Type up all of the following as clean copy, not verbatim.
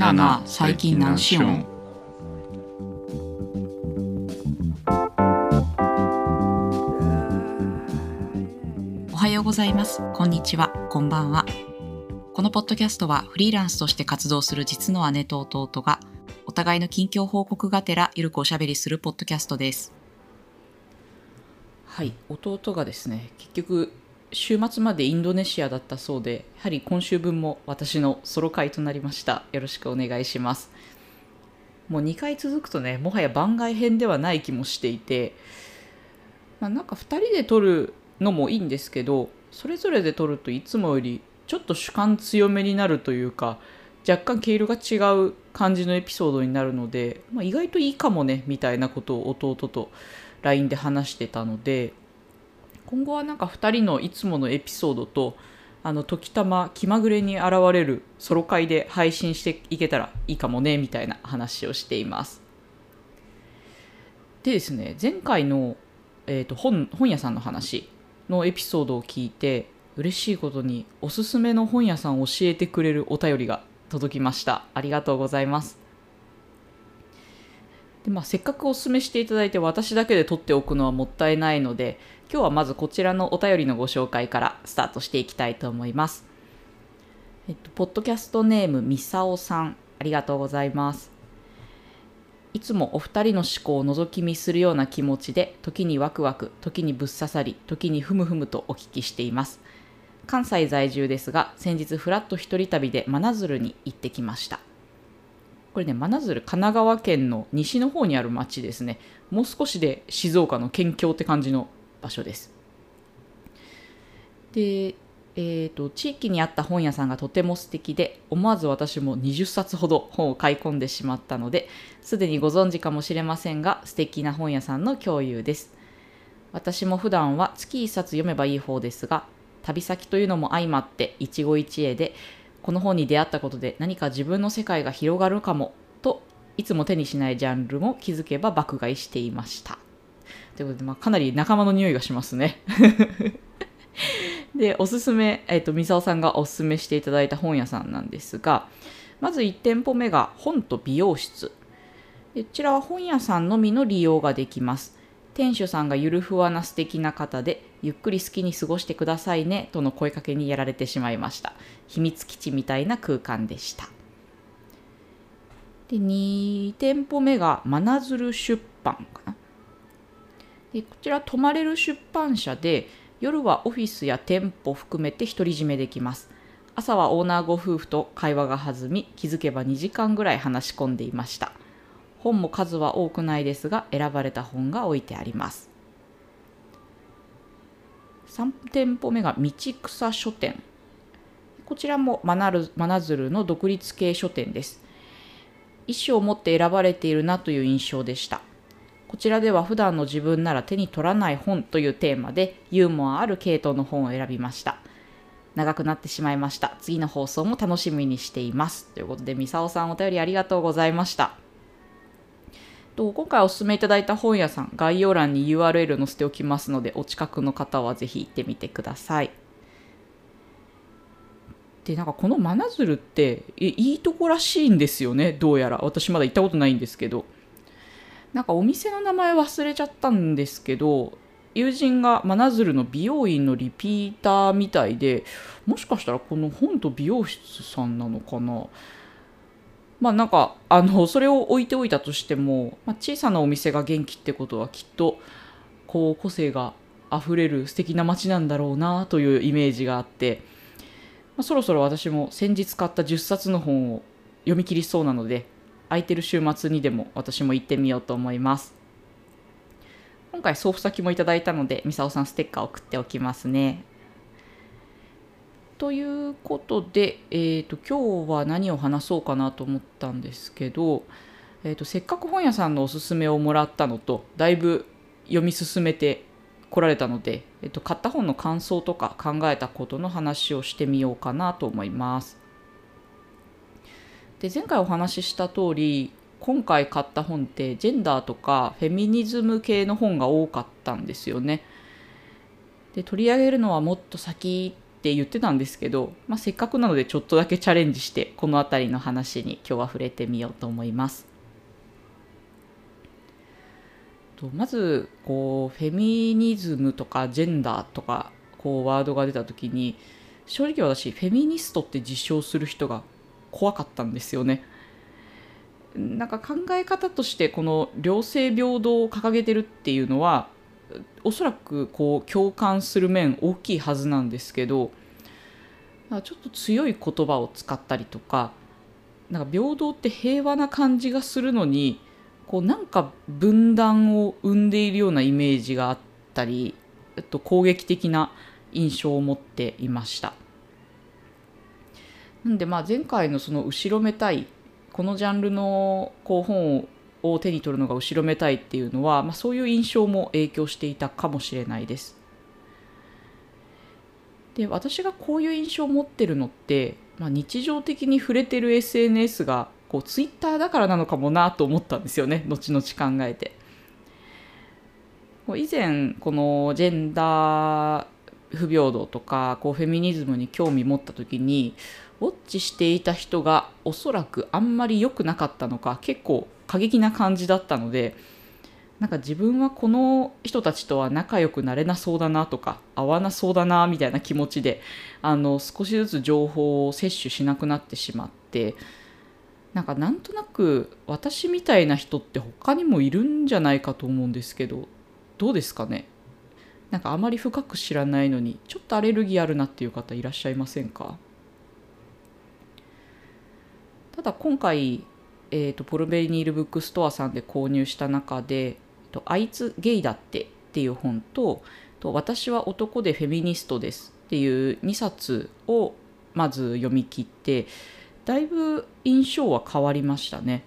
かな最近何しよん。おはようございます。こんにちは。こんばんは。このポッドキャストはフリーランスとして活動する実の姉と弟がお互いの近況報告がてらゆるくおしゃべりするポッドキャストです。はい、弟がですね、結局週末までインドネシアだったそうで、やはり今週分も私のソロ会となりました。よろしくお願いします。もう2回続くとね、もはや番外編ではない気もしていて、なんか2人で撮るのもいいんですけど、それぞれで撮るといつもよりちょっと主観強めになるというか、若干毛色が違う感じのエピソードになるので、意外といいかもねみたいなことを弟と LINE で話してたので、今後はなんか2人のいつものエピソードと時たま気まぐれに現れるソロ会で配信していけたらいいかもねみたいな話をしています。でですね、前回の、本屋さんの話のエピソードを聞いて、嬉しいことにおすすめの本屋さんを教えてくれるお便りが届きました。ありがとうございます。で、せっかくおすすめしていただいて私だけで撮っておくのはもったいないので、今日はまずこちらのお便りのご紹介からスタートしていきたいと思います。ポッドキャストネームみさおさん、ありがとうございます。いつもお二人の思考を覗き見するような気持ちで、時にワクワク、時にぶっ刺さり、時にふむふむとお聞きしています。関西在住ですが、先日フラッと一人旅で真鶴に行ってきました。これね、真鶴、神奈川県の西の方にある町ですね。もう少しで静岡の県境って感じの場所です。で、地域にあった本屋さんがとても素敵で、思わず私も20冊ほど本を買い込んでしまったので、すでにご存知かもしれませんが、素敵な本屋さんの共有です。私も普段は月1冊読めばいい方ですが、旅先というのも相まって一期一会で、この本に出会ったことで何か自分の世界が広がるかもと、いつも手にしないジャンルも気づけば爆買いしていました。ということで、かなり仲間の匂いがしますね。で、おすすめ、みさおさんがおすすめしていただいた本屋さんなんですが、まず1店舗目が本と美容室。こちらは本屋さんのみの利用ができます。店主さんがゆるふわな素敵な方で、ゆっくり好きに過ごしてくださいねとの声かけにやられてしまいました。秘密基地みたいな空間でした。で、2店舗目が真鶴出版かな。で、こちら泊まれる出版社で、夜はオフィスや店舗含めて独り占めできます。朝はオーナーご夫婦と会話が弾み、気づけば2時間ぐらい話し込んでいました。本も数は多くないですが、選ばれた本が置いてあります。3店舗目が道草書店。こちらも真鶴の独立系書店です。意思を持って選ばれているなという印象でした。こちらでは普段の自分なら手に取らない本というテーマでユーモアある系統の本を選びました。長くなってしまいました。次の放送も楽しみにしています。ということで、みさおさんお便りありがとうございました。今回お勧めいただいた本屋さん、概要欄に URL 載せておきますので、お近くの方はぜひ行ってみてください。で、なんかこの真鶴っていいとこらしいんですよね。どうやら私まだ行ったことないんですけど、なんかお店の名前忘れちゃったんですけど、友人が真鶴の美容院のリピーターみたいで、もしかしたらこの本と美容室さんなのかな。なんかそれを置いておいたとしても、小さなお店が元気ってことはきっと個性があふれる素敵な街なんだろうなというイメージがあって、そろそろ私も先日買った10冊の本を読み切りそうなので、空いてる週末にでも私も行ってみようと思います。今回送付先もいただいたので、みさおさんステッカー送っておきますね。ということで、今日は何を話そうかなと思ったんですけど、せっかく本屋さんのおすすめをもらったのと、だいぶ読み進めて来られたので、買った本の感想とか考えたことの話をしてみようかなと思います。で、前回お話しした通り、今回買った本ってジェンダーとかフェミニズム系の本が多かったんですよね。で、取り上げるのはもっと先って言ってたんですけど、せっかくなのでちょっとだけチャレンジしてこの辺りの話に今日は触れてみようと思います。まずフェミニズムとかジェンダーとかワードが出た時に、正直私フェミニストって自称する人が怖かったんですよね。なんか考え方としてこの両性平等を掲げてるっていうのはおそらく共感する面大きいはずなんですけど、ちょっと強い言葉を使ったりとか、なんか平等って平和な感じがするのになんか分断を生んでいるようなイメージがあったり、攻撃的な印象を持っていました。なんで前回のその後ろめたい、このジャンルの本を手に取るのが後ろめたいっていうのは、そういう印象も影響していたかもしれないです。で、私がこういう印象を持ってるのって、日常的に触れてる SNS がツイッターだからなのかもなと思ったんですよね、後々考えて。以前このジェンダー不平等とかフェミニズムに興味持った時に、ウォッチしていた人がおそらくあんまり良くなかったのか、結構過激な感じだったので、なんか自分はこの人たちとは仲良くなれなそうだなとか合わなそうだなみたいな気持ちで少しずつ情報を摂取しなくなってしまって、なんとなく私みたいな人って他にもいるんじゃないかと思うんですけど、どうですかね。なんかあまり深く知らないのにちょっとアレルギーあるなっていう方いらっしゃいませんか？ただ今回、ポルベニールブックストアさんで購入した中であいつゲイだっていう本と、私は男でフェミニストですっていう2冊をまず読み切って、だいぶ印象は変わりましたね。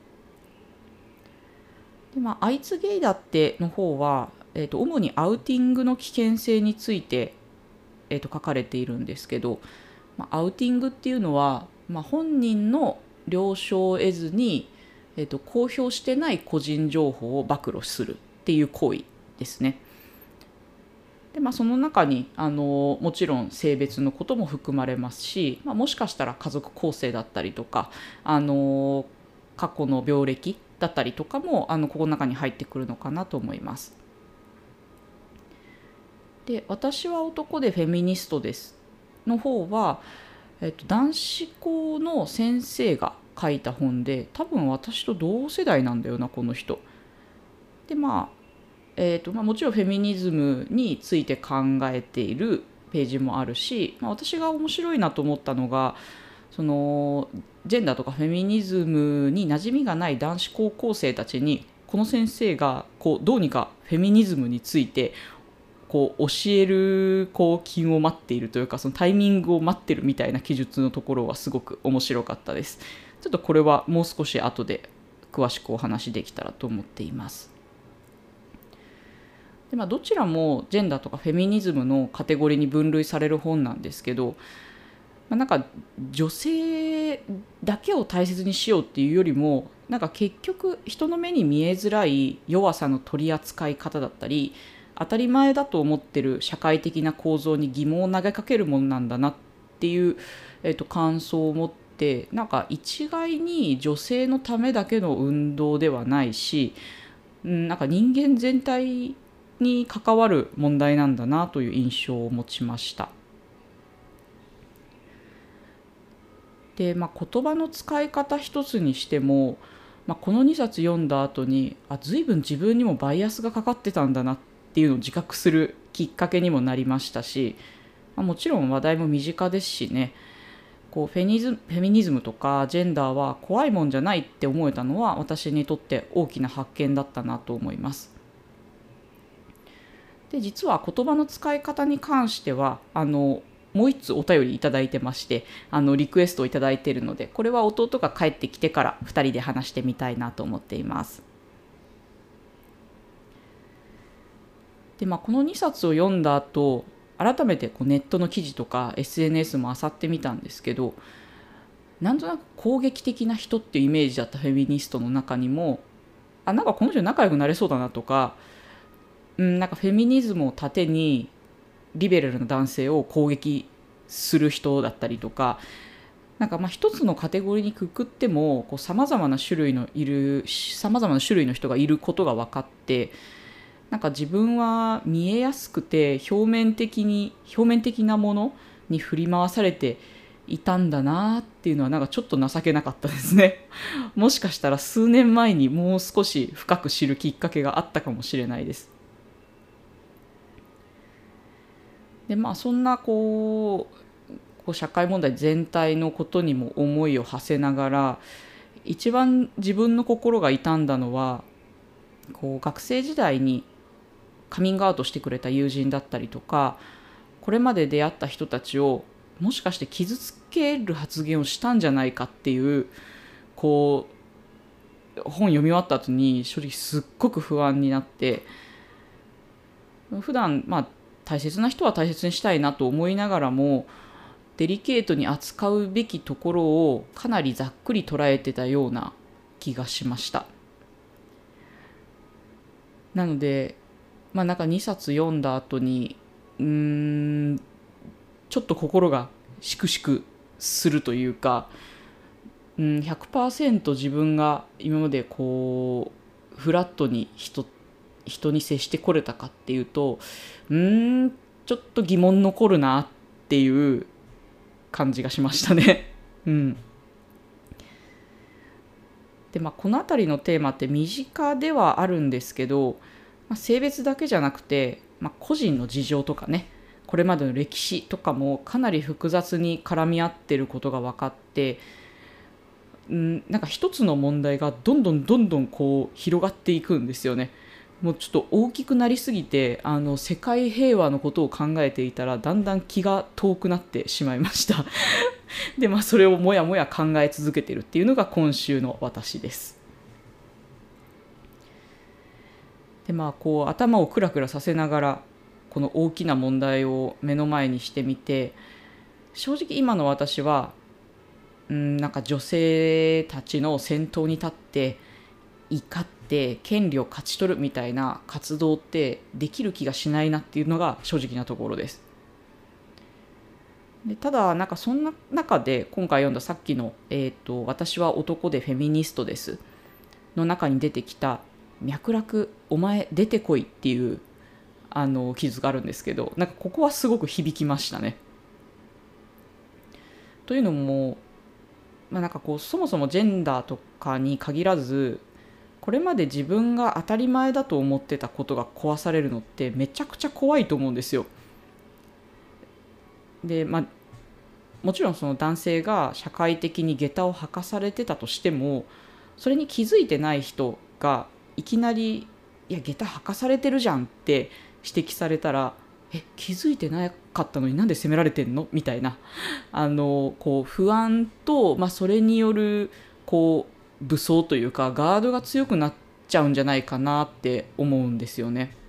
で、あいつゲイだっての方は、主にアウティングの危険性について、書かれているんですけど、アウティングっていうのは、本人の了承を得ずに、公表してない個人情報を暴露するっていう行為ですね。で、その中にもちろん性別のことも含まれますし、もしかしたら家族構成だったりとか過去の病歴だったりとかもここの中に入ってくるのかなと思います。で、私は男でフェミニストですの方は、男子校の先生が書いた本で、多分私と同世代なんだよなこの人で。もちろんフェミニズムについて考えているページもあるし、私が面白いなと思ったのが、そのジェンダーとかフェミニズムに馴染みがない男子高校生たちにこの先生がどうにかフェミニズムについて教える気を待っているというか、そのタイミングを待ってるみたいな記述のところはすごく面白かったです。ちょっとこれはもう少し後で詳しくお話できたらと思っています。で、どちらもジェンダーとかフェミニズムのカテゴリーに分類される本なんですけど、なんか女性だけを大切にしようっていうよりも、なんか結局人の目に見えづらい弱さの取り扱い方だったり、当たり前だと思ってる社会的な構造に疑問を投げかけるものなんだなっていう、感想を持って、なんか一概に女性のためだけの運動ではないし、なんか人間全体に関わる問題なんだなという印象を持ちました。で、言葉の使い方一つにしても、この2冊読んだ後に随分自分にもバイアスがかかってたんだなっていうのを自覚するきっかけにもなりましたし、もちろん話題も身近ですしね。フェミニズムとかジェンダーは怖いもんじゃないって思えたのは私にとって大きな発見だったなと思います。で、実は言葉の使い方に関してはもう一つお便りいただいてまして、リクエストをいただいているので、これは弟が帰ってきてから2人で話してみたいなと思っています。で、この2冊を読んだ後、改めてネットの記事とか SNS も漁ってみたんですけど、なんとなく攻撃的な人っていうイメージだったフェミニストの中にも、なんかこの人仲良くなれそうだなとか、なんかフェミニズムを盾にリベラルな男性を攻撃する人だったりとか、なんか一つのカテゴリーにくくってもさまざまな種類の人がいることが分かって、なんか自分は見えやすくて表面的なものに振り回されていたんだなっていうのは、なんかちょっと情けなかったですね。もしかしたら数年前にもう少し深く知るきっかけがあったかもしれないです。でそんな社会問題全体のことにも思いを馳せながら、一番自分の心が痛んだのは、学生時代にカミングアウトしてくれた友人だったりとか、これまで出会った人たちをもしかして傷つける発言をしたんじゃないかっていう、本読み終わった後に正直すっごく不安になって、普段大切な人は大切にしたいなと思いながらも、デリケートに扱うべきところをかなりざっくり捉えてたような気がしました。なのでなんか2冊読んだ後にちょっと心がしくしくするというか、100% 自分が今までフラットに人に接してこれたかっていうと、ちょっと疑問残るなっていう感じがしましたね。でこの辺りのテーマって身近ではあるんですけど、性別だけじゃなくて、個人の事情とかね、これまでの歴史とかもかなり複雑に絡み合ってることが分かって、なんか一つの問題がどんどん広がっていくんですよね。もうちょっと大きくなりすぎて、世界平和のことを考えていたらだんだん気が遠くなってしまいましたでそれをもやもや考え続けているっていうのが今週の私です。で頭をクラクラさせながらこの大きな問題を目の前にしてみて、正直今の私はなんか女性たちの先頭に立って怒って権利を勝ち取るみたいな活動ってできる気がしないなっていうのが正直なところです。でただなんかそんな中で今回読んださっきの、私は男でフェミニストですの中に出てきた脈絡お前出てこいっていう記述があるんですけど、なんかここはすごく響きましたね。というのも、なんかそもそもジェンダーとかに限らず、これまで自分が当たり前だと思ってたことが壊されるのってめちゃくちゃ怖いと思うんですよ。でもちろんその男性が社会的に下駄を履かされてたとしても、それに気づいてない人がいきなりいや下駄履かされてるじゃんって指摘されたら、気づいてなかったのになんで責められてんのみたいな不安と、それによる武装というかガードが強くなっちゃうんじゃないかなって思うんですよね。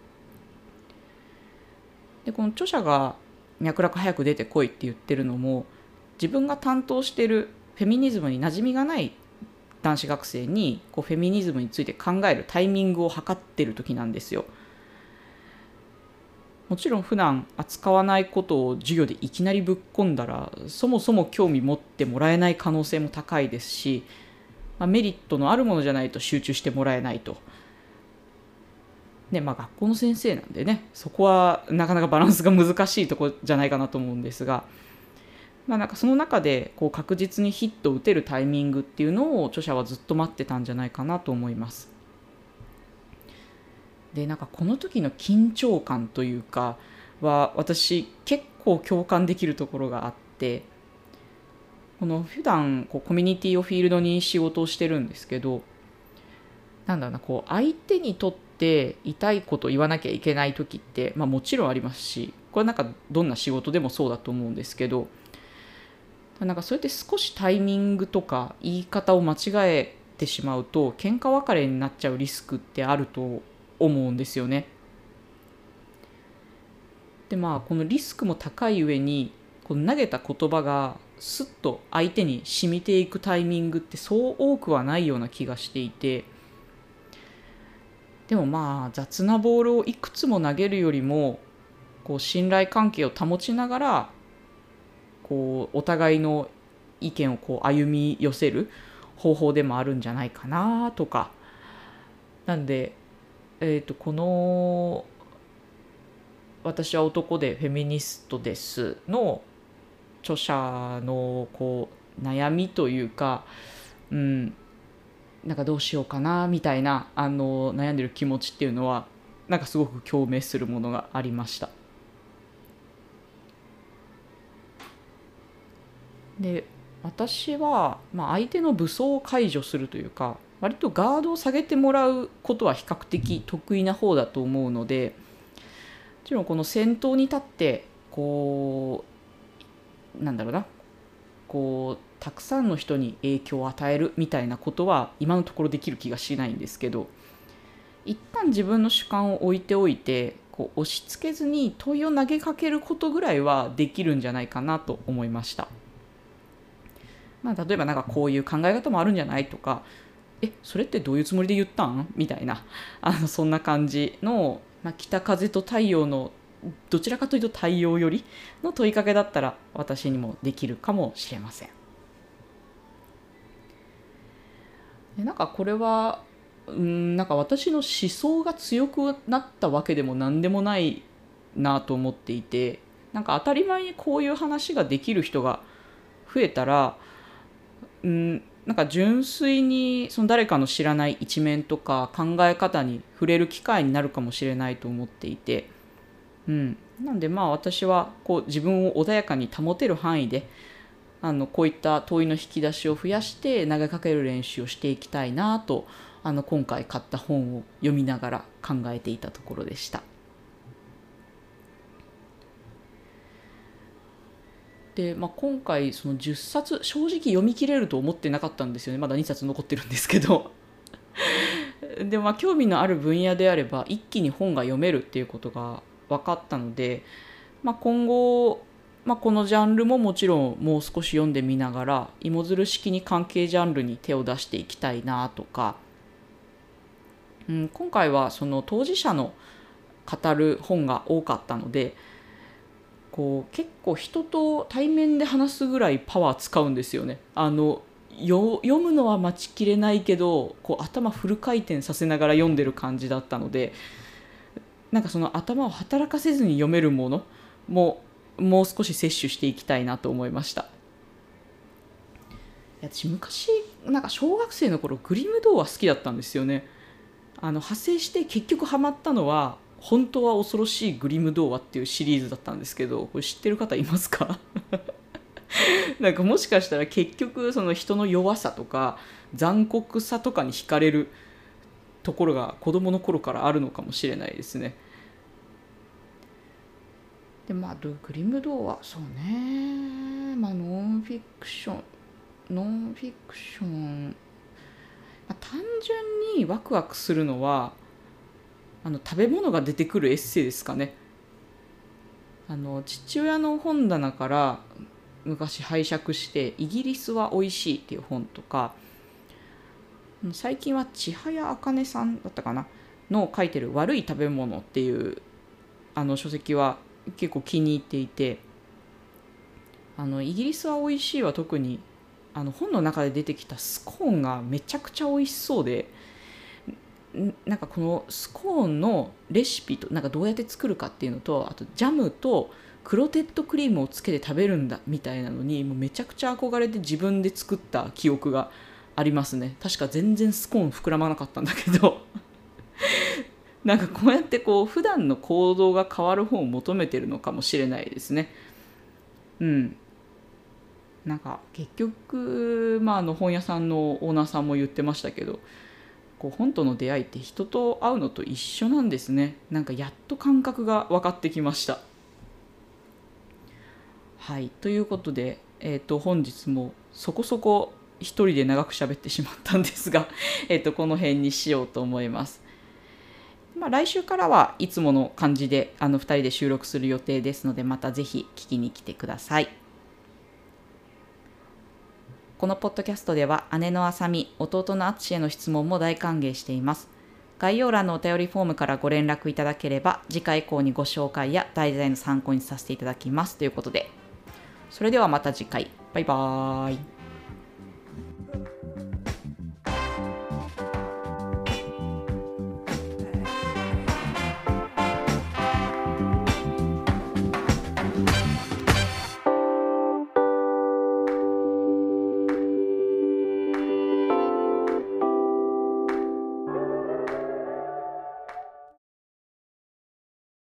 でこの著者が脈絡早く出てこいって言ってるのも、自分が担当してるフェミニズムに馴染みがない男子学生にフェミニズムについて考えるタイミングを測ってる時なんですよ。もちろん普段扱わないことを授業でいきなりぶっ込んだらそもそも興味持ってもらえない可能性も高いですし、メリットのあるものじゃないと集中してもらえないと。学校の先生なんでね、そこはなかなかバランスが難しいところじゃないかなと思うんですが、なんかその中で確実にヒットを打てるタイミングっていうのを著者はずっと待ってたんじゃないかなと思います。でなんかこの時の緊張感というかは私結構共感できるところがあって、普段コミュニティをフィールドに仕事をしてるんですけど、なんだろうな、相手にとって痛いこと言わなきゃいけない時って、もちろんありますし、これなんかどんな仕事でもそうだと思うんですけど、なんかそれって少しタイミングとか言い方を間違えてしまうと喧嘩別れになっちゃうリスクってあると思うんですよね。でこのリスクも高い上にこの投げた言葉がスッと相手に染みていくタイミングってそう多くはないような気がしていて、でも雑なボールをいくつも投げるよりも信頼関係を保ちながらこうお互いの意見をこう歩み寄せる方法でもあるんじゃないかなとか。なんで、この私は男でフェミニストですの著者のこう悩みというか、なんかどうしようかなみたいな悩んでる気持ちっていうのはなんかすごく共鳴するものがありました。で、私は、相手の武装を解除するというか、割とガードを下げてもらうことは比較的得意な方だと思うので、もちろんこの先頭に立ってこうなんだろうな、こうたくさんの人に影響を与えるみたいなことは今のところできる気がしないんですけど、一旦自分の主観を置いておいてこう押し付けずに問いを投げかけることぐらいはできるんじゃないかなと思いました。例えばなんかこういう考え方もあるんじゃないとか、それってどういうつもりで言ったんみたいなそんな感じの、北風と太陽のどちらかというと太陽寄りの問いかけだったら私にもできるかもしれません。でなんかこれはなんか私の思想が強くなったわけでも何でもないなと思っていて、なんか当たり前にこういう話ができる人が増えたら、なんか純粋にその誰かの知らない一面とか考え方に触れる機会になるかもしれないと思っていて、なんで私はこう自分を穏やかに保てる範囲でこういった問いの引き出しを増やして投げかける練習をしていきたいなと今回買った本を読みながら考えていたところでした。で、今回その10冊正直読み切れると思ってなかったんですよね。まだ2冊残ってるんですけどで興味のある分野であれば一気に本が読めるっていうことが分かったので、今後、このジャンルももちろんもう少し読んでみながら芋づる式に関係ジャンルに手を出していきたいなとか、今回はその当事者の語る本が多かったので、こう結構人と対面で話すぐらいパワー使うんですよね。読むのは待ちきれないけどこう頭フル回転させながら読んでる感じだったので、なんかその頭を働かせずに読めるものももう少し摂取していきたいなと思いました。私昔なんか小学生の頃グリム童話好きだったんですよね。派生して結局ハマったのは本当は恐ろしいグリム童話っていうシリーズだったんですけど、これ知ってる方いますかなんかもしかしたら結局その人の弱さとか残酷さとかに惹かれるところが子供の頃からあるのかもしれないですね。でグリム童話そうね、ノンフィクション、単純にワクワクするのは食べ物が出てくるエッセイですかね。父親の本棚から昔拝借してイギリスは美味しいっていう本とか、最近は千早茜さんだったかなの書いてる悪い食べ物っていう書籍は結構気に入っていて、イギリスは美味しいは特に本の中で出てきたスコーンがめちゃくちゃ美味しそうで、なんかこのスコーンのレシピとなんかどうやって作るかっていうのと、あとジャムとクロテッドクリームをつけて食べるんだみたいなのにもうめちゃくちゃ憧れて自分で作った記憶がありますね。確か全然スコーン膨らまなかったんだけどなんかこうやってこう普段の行動が変わる本を求めてるのかもしれないですね。なんか結局、本屋さんのオーナーさんも言ってましたけど、こう本との出会いって人と会うのと一緒なんですね。なんかやっと感覚が分かってきました。はい、ということで、本日もそこそこ一人で長く喋ってしまったんですがこの辺にしようと思います。来週からはいつもの感じで2人で収録する予定ですので、またぜひ聞きに来てください。このポッドキャストでは姉のあさみ、弟のあつしへの質問も大歓迎しています。概要欄のお便りフォームからご連絡いただければ次回以降にご紹介や題材の参考にさせていただきますということで、 それではまた次回。バイバーイ。